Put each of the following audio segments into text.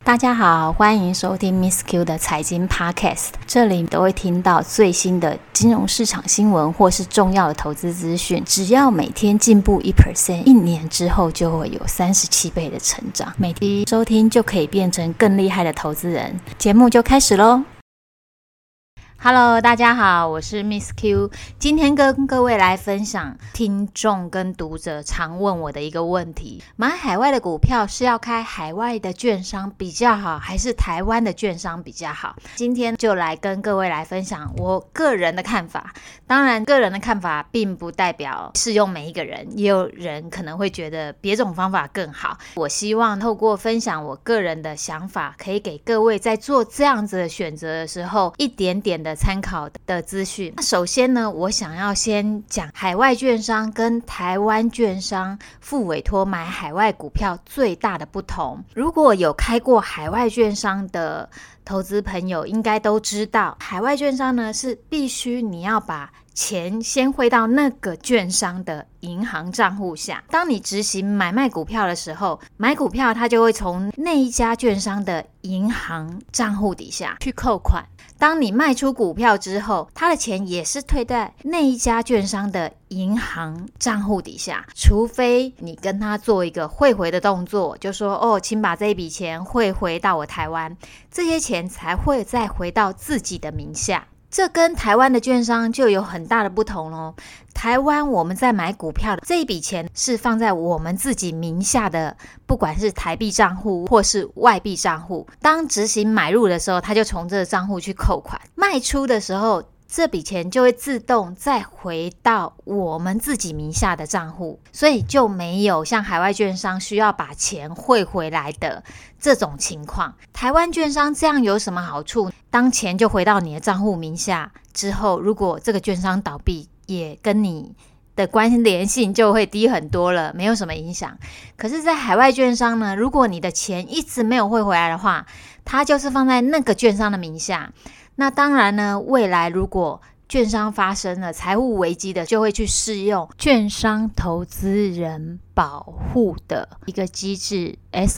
大家好，欢迎收听 Miss Q 的财经 Podcast， 这里都会听到最新的金融市场新闻或是重要的投资资讯。只要每天进步 1%， 1年之后就会有37倍的成长。每天收听就可以变成更厉害的投资人。节目就开始咯。Hello， 大家好，我是 Miss Q， 今天跟各位来分享听众跟读者常问我的一个问题：买海外的股票是要开海外的券商比较好，还是台湾的券商比较好？今天就来跟各位来分享我个人的看法。当然，个人的看法并不代表适用每一个人，也有人可能会觉得别种方法更好。我希望透过分享我个人的想法，可以给各位在做这样子的选择的时候一点点的参考的资讯。首先呢，我想要先讲海外券商跟台湾券商付委托买海外股票最大的不同。如果有开过海外券商的投资朋友应该都知道，海外券商呢是必须你要把钱先汇到那个券商的银行账户下。当你执行买卖股票的时候，买股票它就会从那一家券商的银行账户底下去扣款。当你卖出股票之后，他的钱也是退在那一家券商的银行账户底下，除非你跟他做一个汇回的动作，就说请把这一笔钱汇回到我台湾，这些钱才会再回到自己的名下。这跟台湾的券商就有很大的不同咯。台湾我们在买股票的这一笔钱是放在我们自己名下的，不管是台币账户或是外币账户，当执行买入的时候，他就从这个账户去扣款，卖出的时候这笔钱就会自动再回到我们自己名下的账户，所以就没有像海外券商需要把钱汇回来的这种情况。台湾券商这样有什么好处？当钱就回到你的账户名下之后，如果这个券商倒闭，也跟你的关联性就会低很多了，没有什么影响。可是在海外券商呢，如果你的钱一直没有汇回来的话，它就是放在那个券商的名下。那当然呢，未来如果券商发生了财务危机的，就会去适用券商投资人保护的一个机制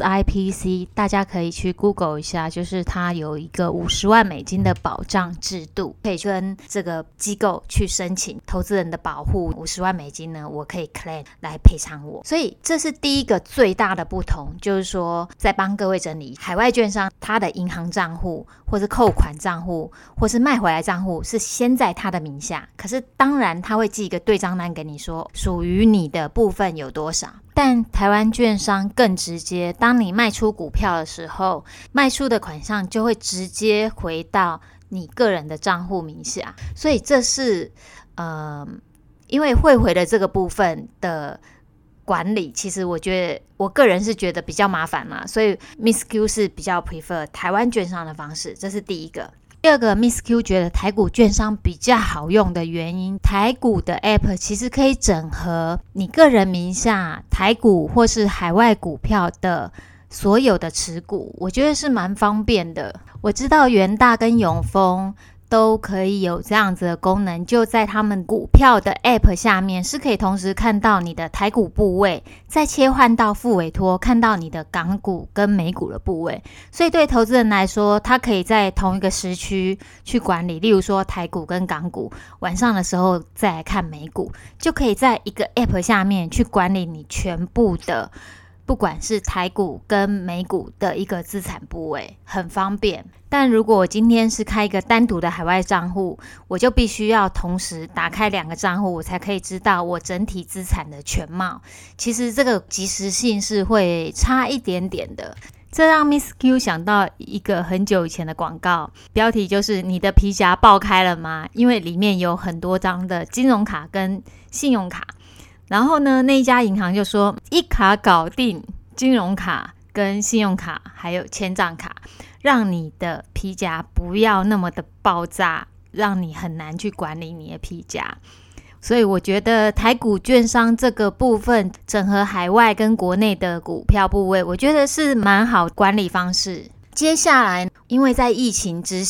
SIPC， 大家可以去 Google 一下，就是它有一个$50万的保障制度，可以跟这个机构去申请投资人的保护，$50万呢我可以 claim 来赔偿我。所以这是第一个最大的不同，就是说在帮各位整理海外券商它的银行账户或是扣款账户或是卖回来账户是先在他的名下，可是当然他会寄一个对账单给你说属于你的部分有多少。但台湾券商更直接，当你卖出股票的时候，卖出的款项就会直接回到你个人的账户名下，所以这是因为汇回的这个部分的管理，其实我觉得我个人是觉得比较麻烦嘛，所以 Miss Q 是比较 prefer 台湾券商的方式，这是第一个。第二个 Miss Q 觉得台股券商比较好用的原因，台股的 App 其实可以整合你个人名下台股或是海外股票的所有的持股，我觉得是蛮方便的。我知道元大跟永丰都可以有这样子的功能，就在他们股票的 App 下面是可以同时看到你的台股部位，再切换到付委托看到你的港股跟美股的部位，所以对投资人来说，他可以在同一个时区去管理，例如说台股跟港股，晚上的时候再来看美股，就可以在一个 App 下面去管理你全部的不管是台股跟美股的一个资产部位，很方便。但如果我今天是开一个单独的海外账户，我就必须要同时打开2个账户，我才可以知道我整体资产的全貌。其实这个及时性是会差一点点的。这让 Miss Q 想到一个很久以前的广告，标题就是你的皮夹爆开了吗？因为里面有很多张的金融卡跟信用卡，然后呢，那一家银行就说一卡搞定金融卡跟信用卡还有签账卡，让你的皮夹不要那么的爆炸，让你很难去管理你的皮夹。所以我觉得台股券商这个部分整合海外跟国内的股票部位，我觉得是蛮好管理方式。接下来因为在疫情之下，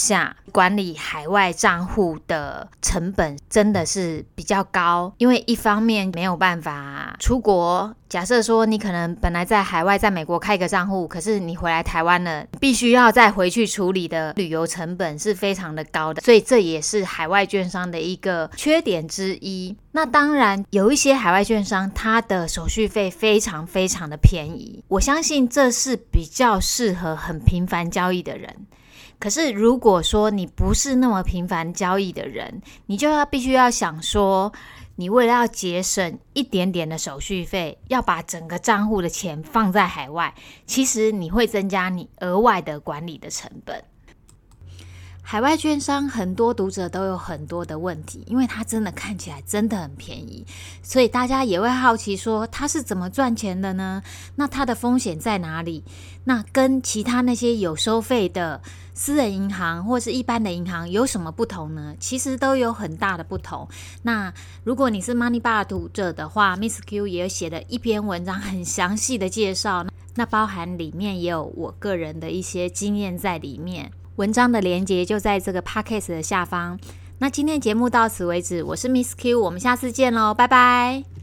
管理海外账户的成本真的是比较高，因为一方面没有办法出国，假设说你可能本来在海外在美国开个账户，可是你回来台湾了，必须要再回去处理的旅游成本是非常的高的，所以这也是海外券商的一个缺点之一。那当然有一些海外券商它的手续费非常非常的便宜，我相信这是比较适合很频繁交易的人。可是如果说你不是那么频繁交易的人，你就必须要想说，你为了要节省一点点的手续费，要把整个账户的钱放在海外，其实你会增加你额外的管理的成本。海外券商很多读者都有很多的问题，因为它真的看起来真的很便宜，所以大家也会好奇说它是怎么赚钱的呢？那它的风险在哪里？那跟其他那些有收费的私人银行或是一般的银行有什么不同呢？其实都有很大的不同。那如果你是 Money Bar 读者的话， Miss Q 也写了一篇文章很详细的介绍，那包含里面也有我个人的一些经验在里面，文章的连结就在这个 Podcast 的下方。那今天的节目到此为止，我是 Miss Q， 我们下次见咯，拜拜。